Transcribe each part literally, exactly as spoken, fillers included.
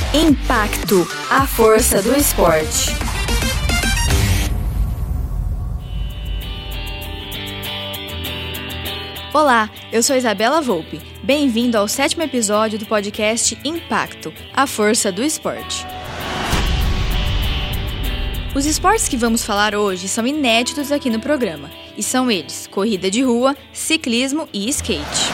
Impacto, a força do esporte. Olá, eu sou Isabela Volpe. Bem-vindo ao sétimo episódio do podcast Impacto, a força do esporte. Os esportes que vamos falar hoje são inéditos aqui no programa, e são eles: corrida de rua, ciclismo e skate.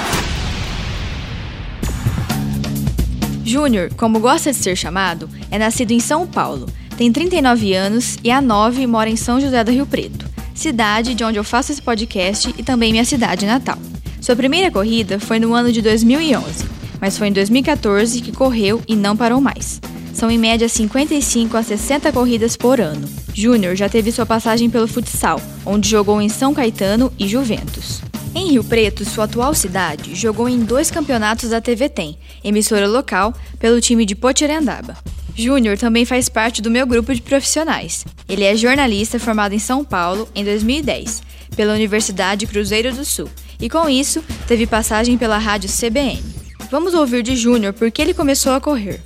Júnior, como gosta de ser chamado, é nascido em São Paulo, tem trinta e nove anos e há nove e mora em São José do Rio Preto, cidade de onde eu faço esse podcast e também minha cidade natal. Sua primeira corrida foi no ano de dois mil e onze, mas foi em dois mil e catorze que correu e não parou mais. São em média cinquenta e cinco a sessenta corridas por ano. Júnior já teve sua passagem pelo futsal, onde jogou em São Caetano e Juventus. Em Rio Preto, sua atual cidade, jogou em dois campeonatos da T V Tem, emissora local, pelo time de Potirendaba. Júnior também faz parte do meu grupo de profissionais. Ele é jornalista formado em São Paulo em dois mil e dez, pela Universidade Cruzeiro do Sul, e com isso, teve passagem pela rádio C B N. Vamos ouvir de Júnior por que ele começou a correr.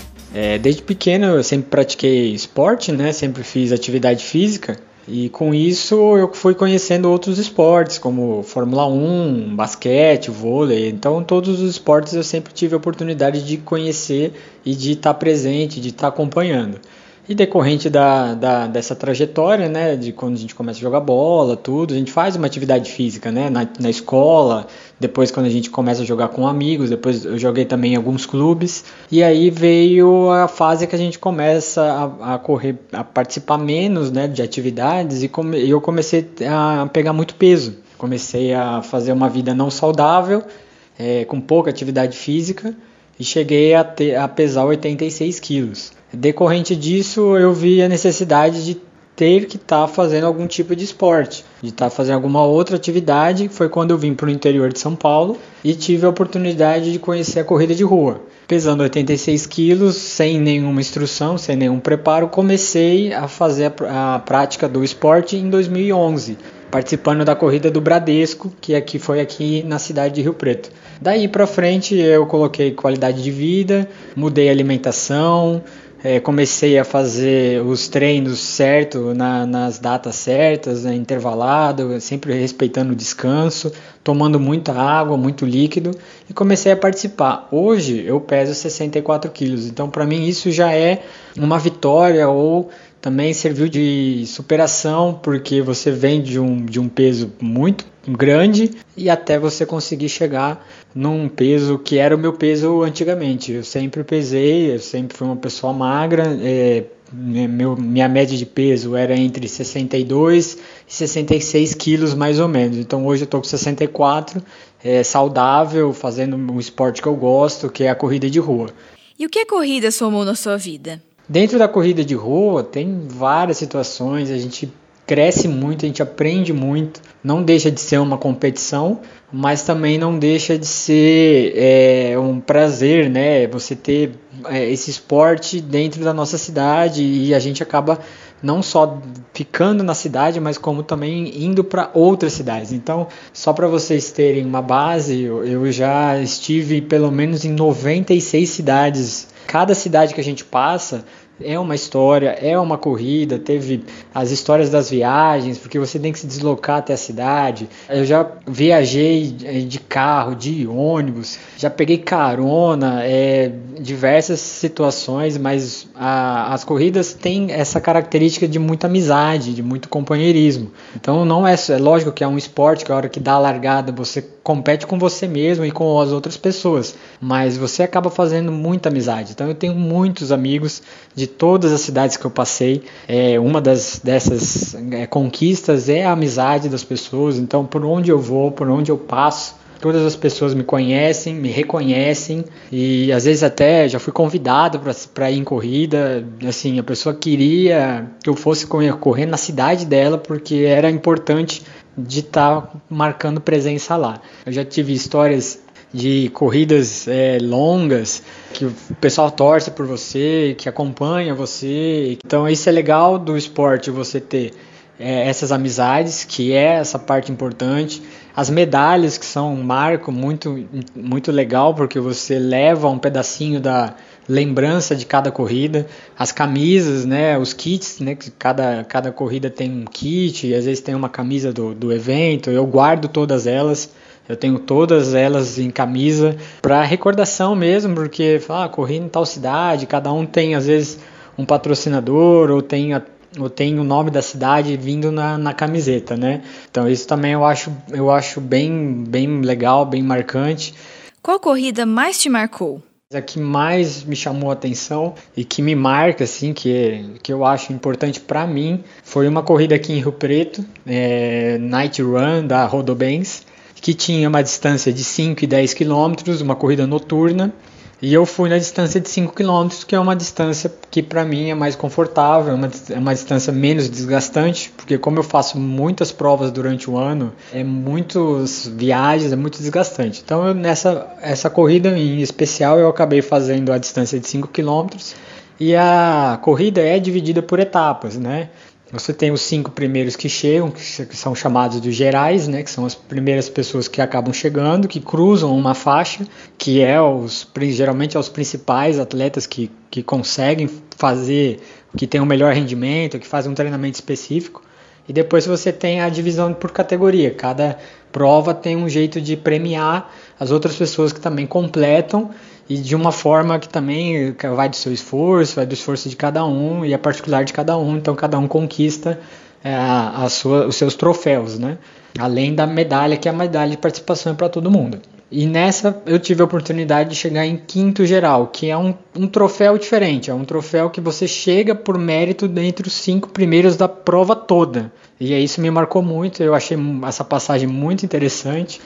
É, desde pequeno eu sempre pratiquei esporte, né? Sempre fiz atividade física. E com isso eu fui conhecendo outros esportes, como Fórmula um, basquete, vôlei. Então todos os esportes eu sempre tive a oportunidade de conhecer e de estar presente, de estar acompanhando. E decorrente da, da, dessa trajetória, né, de quando a gente começa a jogar bola, tudo, a gente faz uma atividade física, né, na, na escola, depois quando a gente começa a jogar com amigos, depois eu joguei também em alguns clubes, e aí veio a fase que a gente começa a, a correr, a participar menos, né, de atividades, e come, eu comecei a pegar muito peso, comecei a fazer uma vida não saudável, é, com pouca atividade física, e cheguei a, ter, a pesar oitenta e seis quilos. Decorrente disso, eu vi a necessidade de ter que estar tá fazendo algum tipo de esporte, de estar tá fazendo alguma outra atividade. Foi quando eu vim para o interior de São Paulo e tive a oportunidade de conhecer a corrida de rua. Pesando oitenta e seis quilos, sem nenhuma instrução, sem nenhum preparo, comecei a fazer a, a prática do esporte em dois mil e onze, participando da corrida do Bradesco, que aqui foi aqui na cidade de Rio Preto. Daí para frente eu coloquei qualidade de vida, mudei a alimentação, É, comecei a fazer os treinos certo, na, nas datas certas, né, intervalado, sempre respeitando o descanso, tomando muita água, muito líquido, e comecei a participar. Hoje eu peso sessenta e quatro quilos, então para mim isso já é uma vitória, ou também serviu de superação, porque você vem de um, de um peso muito grande e até você conseguir chegar num peso que era o meu peso antigamente. Eu sempre pesei, eu sempre fui uma pessoa magra, é, meu, minha média de peso era entre sessenta e dois e sessenta e seis quilos mais ou menos. Então hoje eu estou com sessenta e quatro, é, saudável, fazendo um esporte que eu gosto, que é a corrida de rua. E o que a corrida somou na sua vida? Dentro da corrida de rua tem várias situações, a gente cresce muito, a gente aprende muito, não deixa de ser uma competição, mas também não deixa de ser é, um prazer, né? Você ter é, esse esporte dentro da nossa cidade, e a gente acaba não só ficando na cidade, mas como também indo para outras cidades. Então, só para vocês terem uma base, eu já estive pelo menos em noventa e seis cidades. Cada cidade que a gente passa é uma história, é uma corrida, teve as histórias das viagens, porque você tem que se deslocar até a cidade. Eu já viajei de carro, de ônibus, já peguei carona, é, diversas situações, mas a, as corridas têm essa característica de muita amizade, de muito companheirismo. Então não é, é lógico que é um esporte que a hora que dá a largada você compete com você mesmo e com as outras pessoas, mas você acaba fazendo muita amizade. Então eu tenho muitos amigos de todas as cidades que eu passei. É, uma das, dessas é, conquistas é a amizade das pessoas. Então por onde eu vou, por onde eu passo, todas as pessoas me conhecem, me reconhecem, e às vezes até já fui convidado para ir em corrida. Assim, a pessoa queria que eu fosse correr na cidade dela porque era importante de estar tá marcando presença lá. Eu já tive histórias de corridas é, longas, que o pessoal torce por você, que acompanha você. Então isso é legal do esporte, você ter é, essas amizades, que é essa parte importante, As medalhas, que são um marco muito, muito legal, porque você leva um pedacinho da lembrança de cada corrida. As camisas, né, os kits, né, que cada, cada corrida tem um kit, e às vezes tem uma camisa do, do evento. Eu guardo todas elas, eu tenho todas elas em camisa, para recordação mesmo, porque ah, corri em tal cidade, cada um tem às vezes um patrocinador, ou tem a ou tem o nome da cidade vindo na, na camiseta, né? Então isso também eu acho, eu acho bem, bem legal, bem marcante. Qual corrida mais te marcou? A que mais me chamou a atenção e que me marca, assim, que, que eu acho importante para mim, foi uma corrida aqui em Rio Preto, é, Night Run da Rodobens, que tinha uma distância de cinco e dez quilômetros, uma corrida noturna. E eu fui na distância de cinco quilômetros, que é uma distância que para mim é mais confortável, é uma, é uma distância menos desgastante, porque como eu faço muitas provas durante o ano, é muitas viagens, é muito desgastante. Então eu, nessa essa corrida em especial eu acabei fazendo a distância de cinco quilômetros, e a corrida é dividida por etapas, né? Você tem os cinco primeiros que chegam, que são chamados de gerais, né, que são as primeiras pessoas que acabam chegando, que cruzam uma faixa, que é os, geralmente é os principais atletas que, que conseguem fazer, que tem o melhor rendimento, que fazem um treinamento específico. E depois você tem a divisão por categoria. Cada prova tem um jeito de premiar as outras pessoas que também completam, e de uma forma que também vai do seu esforço, vai do esforço de cada um e é particular de cada um. Então cada um conquista é, a sua, os seus troféus, né? Além da medalha, que é a medalha de participação é para todo mundo. E nessa eu tive a oportunidade de chegar em quinto geral, que é um, um troféu diferente. É um troféu que você chega por mérito dentre os cinco primeiros da prova toda. E isso me marcou muito, eu achei essa passagem muito interessante.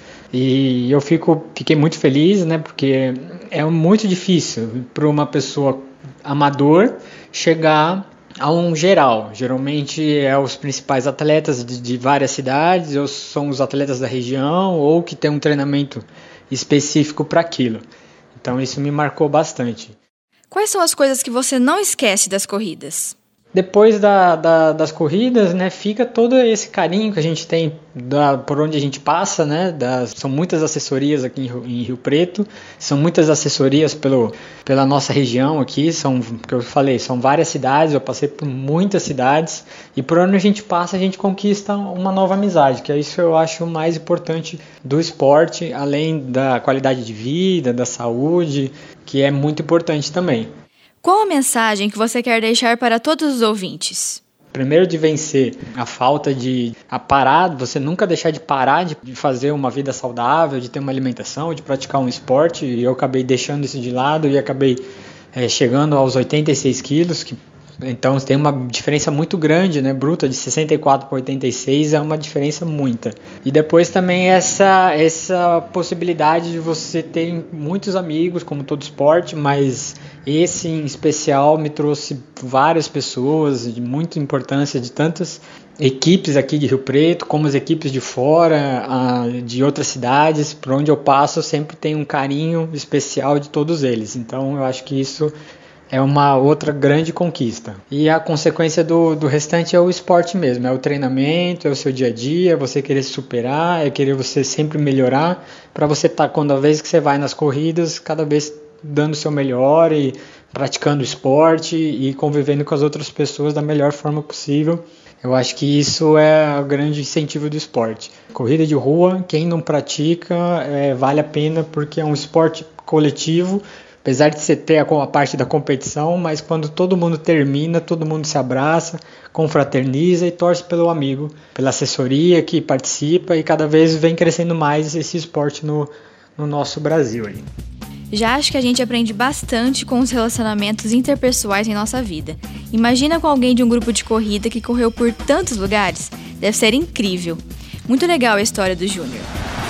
E eu fico, fiquei muito feliz, né, porque é muito difícil para uma pessoa amador chegar a um geral. Geralmente é os principais atletas de, de várias cidades, ou são os atletas da região, ou que tem um treinamento específico para aquilo. Então isso me marcou bastante. Quais são as coisas que você não esquece das corridas? Depois da, da, das corridas, né, fica todo esse carinho que a gente tem da, por onde a gente passa, né, das, são muitas assessorias aqui em, em Rio Preto, são muitas assessorias pelo, pela nossa região aqui, são, que eu falei, são várias cidades, eu passei por muitas cidades, e por onde a gente passa a gente conquista uma nova amizade, que é isso eu acho o mais importante do esporte, além da qualidade de vida, da saúde, que é muito importante também. Qual a mensagem que você quer deixar para todos os ouvintes? Primeiro, de vencer a falta de a parar, você nunca deixar de parar de fazer uma vida saudável, de ter uma alimentação, de praticar um esporte. E eu acabei deixando isso de lado e acabei é, chegando aos oitenta e seis quilos, que então tem uma diferença muito grande, né? Bruta, de sessenta e quatro para oitenta e seis é uma diferença muita. E depois também essa, essa possibilidade de você ter muitos amigos, como todo esporte, mas esse em especial me trouxe várias pessoas de muita importância, de tantas equipes aqui de Rio Preto, como as equipes de fora, de outras cidades. Por onde eu passo, eu sempre tenho um carinho especial de todos eles. Então eu acho que isso é uma outra grande conquista. E a consequência do, do restante é o esporte mesmo, é o treinamento, é o seu dia a dia, é você querer se superar, é querer você sempre melhorar, para você estar, quando a vez que você vai nas corridas, cada vez dando o seu melhor e praticando esporte e convivendo com as outras pessoas da melhor forma possível. Eu acho que isso é o grande incentivo do esporte. Corrida de rua, quem não pratica, é, vale a pena, porque é um esporte coletivo, apesar de você ter a parte da competição, mas quando todo mundo termina, todo mundo se abraça, confraterniza e torce pelo amigo, pela assessoria que participa, e cada vez vem crescendo mais esse esporte no, no nosso Brasil. Aí. Já acho que a gente aprende bastante com os relacionamentos interpessoais em nossa vida. Imagina com alguém de um grupo de corrida que correu por tantos lugares. Deve ser incrível. Muito legal a história do Júnior.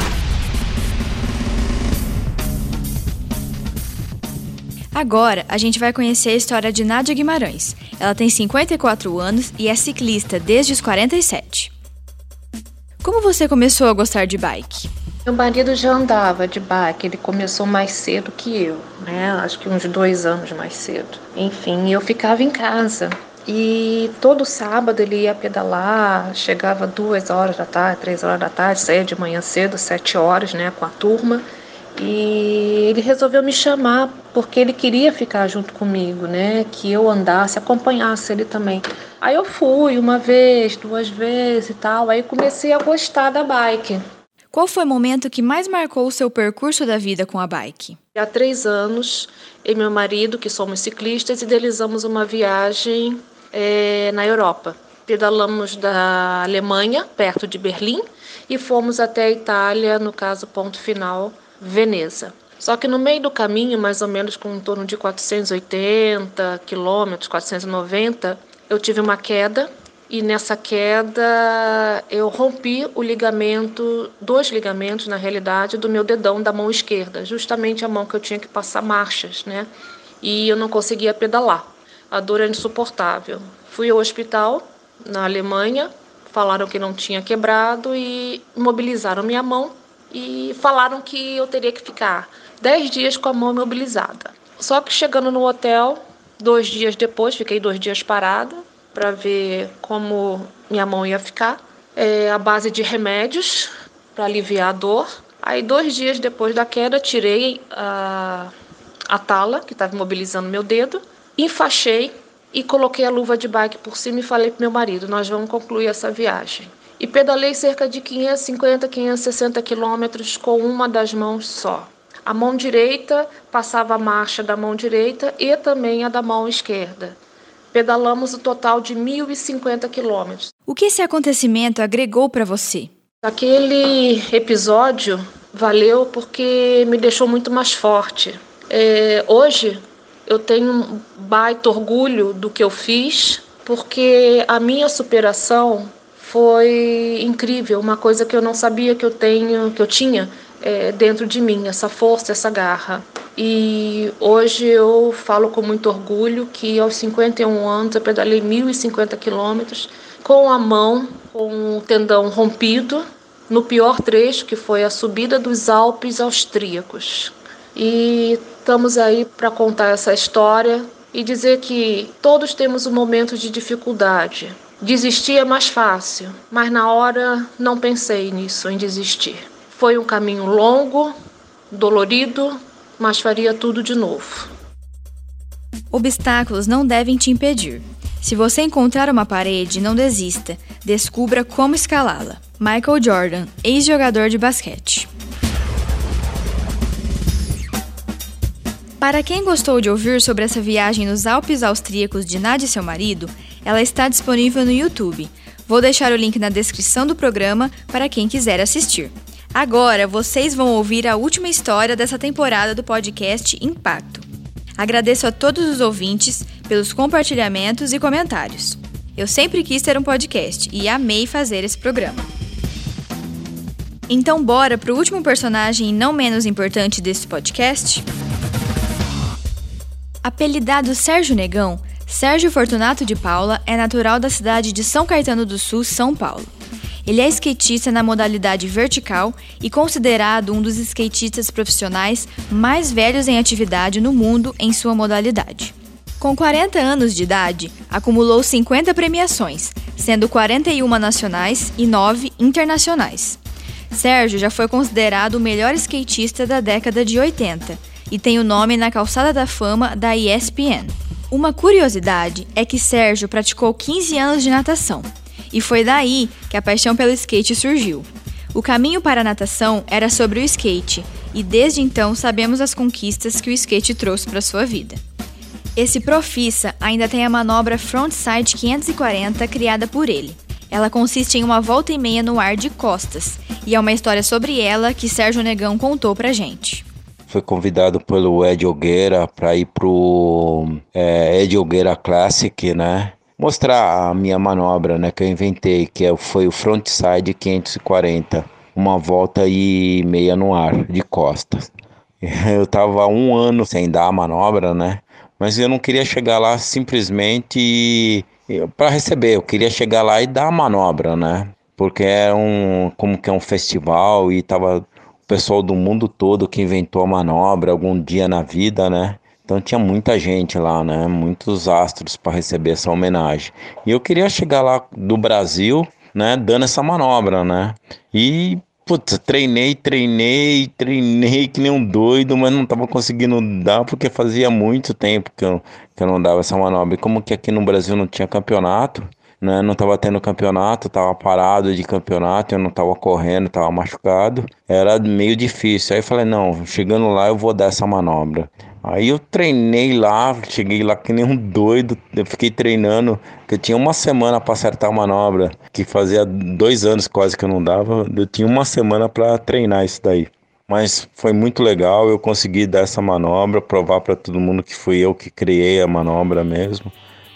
Agora, a gente vai conhecer a história de Nádia Guimarães. Ela tem cinquenta e quatro anos e é ciclista desde os quarenta e sete. Como você começou a gostar de bike? Meu marido já andava de bike, ele começou mais cedo que eu, né? Acho que uns dois anos mais cedo. Enfim, eu ficava em casa E todo sábado ele ia pedalar, chegava duas horas da tarde, três horas da tarde, saía de manhã cedo, sete horas, né, com a turma. E ele resolveu me chamar porque ele queria ficar junto comigo, né, que eu andasse, acompanhasse ele também. Aí eu fui uma vez, duas vezes e tal, aí comecei a gostar da bike. Qual foi o momento que mais marcou o seu percurso da vida com a bike? Há três anos, eu e meu marido, que somos ciclistas, idealizamos uma viagem é, na Europa. Pedalamos da Alemanha, perto de Berlim, e fomos até a Itália, no caso, ponto final, Veneza. Só que no meio do caminho, mais ou menos com em torno de quatrocentos e oitenta quilômetros, quatrocentos e noventa, eu tive uma queda. E nessa queda eu rompi o ligamento, dois ligamentos na realidade, do meu dedão da mão esquerda, justamente a mão que eu tinha que passar marchas, né? E eu não conseguia pedalar. A dor era insuportável. Fui ao hospital na Alemanha, falaram que não tinha quebrado e imobilizaram minha mão e falaram que eu teria que ficar dez dias com a mão imobilizada. Só que chegando no hotel, dois dias depois, fiquei dois dias parada, para ver como minha mão ia ficar, é, à base de remédios para aliviar a dor. Aí, dois dias depois da queda, tirei a, a tala que estava imobilizando meu dedo, enfaixei e coloquei a luva de bike por cima e falei para meu marido, nós vamos concluir essa viagem. E pedalei cerca de quinhentos e cinquenta, quinhentos e sessenta quilômetros com uma das mãos só. A mão direita passava a marcha da mão direita e também a da mão esquerda. Pedalamos o total de mil e cinquenta quilômetros. O que esse acontecimento agregou para você? Aquele episódio valeu porque me deixou muito mais forte. É, hoje eu tenho um baita orgulho do que eu fiz, porque a minha superação foi incrível, uma coisa que eu não sabia que eu tenho, que eu tinha é, dentro de mim, essa força, essa garra. E hoje eu falo com muito orgulho que aos cinquenta e um anos eu pedalei mil e cinquenta quilômetros com a mão, com o tendão rompido, no pior trecho, que foi a subida dos Alpes austríacos. E estamos aí para contar essa história e dizer que todos temos um momento de dificuldade. Desistir é mais fácil, mas na hora não pensei nisso, em desistir. Foi um caminho longo, dolorido, mas faria tudo de novo. Obstáculos não devem te impedir. Se você encontrar uma parede, não desista. Descubra como escalá-la. Michael Jordan, ex-jogador de basquete. Para quem gostou de ouvir sobre essa viagem nos Alpes austríacos de Nádia e seu marido, ela está disponível no YouTube. Vou deixar o link na descrição do programa para quem quiser assistir. Agora, vocês vão ouvir a última história dessa temporada do podcast Impacto. Agradeço a todos os ouvintes pelos compartilhamentos e comentários. Eu sempre quis ter um podcast e amei fazer esse programa. Então, bora pro último personagem não menos importante desse podcast? Apelidado Sérgio Negão, Sérgio Fortunato de Paula é natural da cidade de São Caetano do Sul, São Paulo. Ele é skatista na modalidade vertical e considerado um dos skatistas profissionais mais velhos em atividade no mundo em sua modalidade. Com quarenta anos de idade, acumulou cinquenta premiações, sendo quarenta e uma nacionais e nove internacionais. Sérgio já foi considerado o melhor skatista da década de oitenta e tem o nome na calçada da fama da E S P N. Uma curiosidade é que Sérgio praticou quinze anos de natação. E foi daí que a paixão pelo skate surgiu. O caminho para a natação era sobre o skate, e desde então sabemos as conquistas que o skate trouxe para sua vida. Esse profissa ainda tem a manobra Frontside quinhentos e quarenta criada por ele. Ela consiste em uma volta e meia no ar de costas, e é uma história sobre ela que Sérgio Negão contou pra gente. Fui convidado pelo Ed Olgueira para ir pro é, Ed Olgueira Classic, né? Mostrar a minha manobra, né, que eu inventei, que foi o Frontside quinhentos e quarenta, uma volta e meia no ar, de costas. Eu tava um ano sem dar a manobra, né, mas eu não queria chegar lá simplesmente para receber, eu queria chegar lá e dar a manobra, né, porque é um, como que é um festival e tava o pessoal do mundo todo que inventou a manobra algum dia na vida, né. Então tinha muita gente lá, né? Muitos astros para receber essa homenagem. E eu queria chegar lá do Brasil, né? Dando essa manobra, né? E putz, treinei, treinei, treinei que nem um doido, mas não tava conseguindo dar porque fazia muito tempo que eu, que eu não dava essa manobra. E como que aqui no Brasil não tinha campeonato, né? Não tava tendo campeonato, tava parado de campeonato, eu não tava correndo, tava machucado. Era meio difícil. Aí eu falei, não, chegando lá eu vou dar essa manobra. Aí eu treinei lá, cheguei lá que nem um doido, eu fiquei treinando, que eu tinha uma semana para acertar a manobra, que fazia dois anos quase que eu não dava, eu tinha uma semana para treinar isso daí. Mas foi muito legal, eu consegui dar essa manobra, provar para todo mundo que fui eu que criei a manobra mesmo.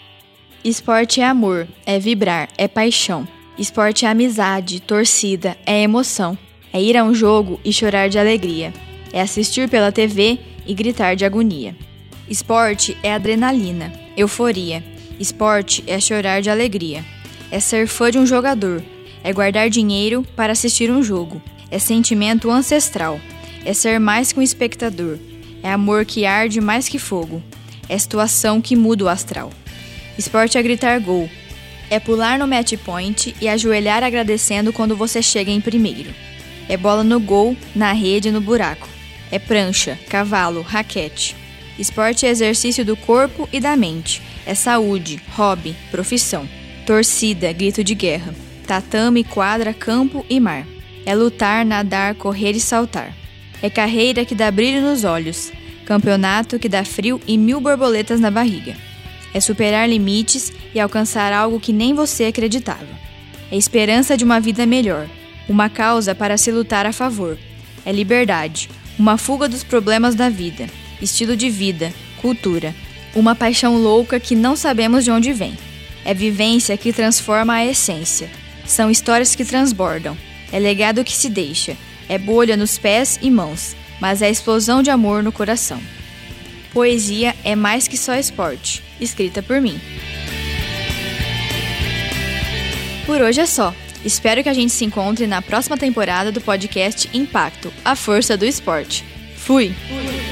Esporte é amor, é vibrar, é paixão. Esporte é amizade, torcida, é emoção. É ir a um jogo e chorar de alegria. É assistir pela T V e gritar de agonia. Esporte é adrenalina, euforia. Esporte é chorar de alegria. É ser fã de um jogador. É guardar dinheiro para assistir um jogo. É sentimento ancestral. É ser mais que um espectador. É amor que arde mais que fogo. É situação que muda o astral. Esporte é gritar gol. É pular no match point e ajoelhar agradecendo quando você chega em primeiro. É bola no gol, na rede e no buraco. É prancha, cavalo, raquete. Esporte é exercício do corpo e da mente. É saúde, hobby, profissão. Torcida, grito de guerra. Tatame, quadra, campo e mar. É lutar, nadar, correr e saltar. É carreira que dá brilho nos olhos. Campeonato que dá frio e mil borboletas na barriga. É superar limites e alcançar algo que nem você acreditava. É esperança de uma vida melhor. Uma causa para se lutar a favor. É liberdade. Uma fuga dos problemas da vida, estilo de vida, cultura. Uma paixão louca que não sabemos de onde vem. É vivência que transforma a essência. São histórias que transbordam. É legado que se deixa. É bolha nos pés e mãos, mas é explosão de amor no coração. Poesia é mais que só esporte, escrita por mim. Por hoje é só. Espero que a gente se encontre na próxima temporada do podcast Impacto, a força do esporte. Fui! Fui.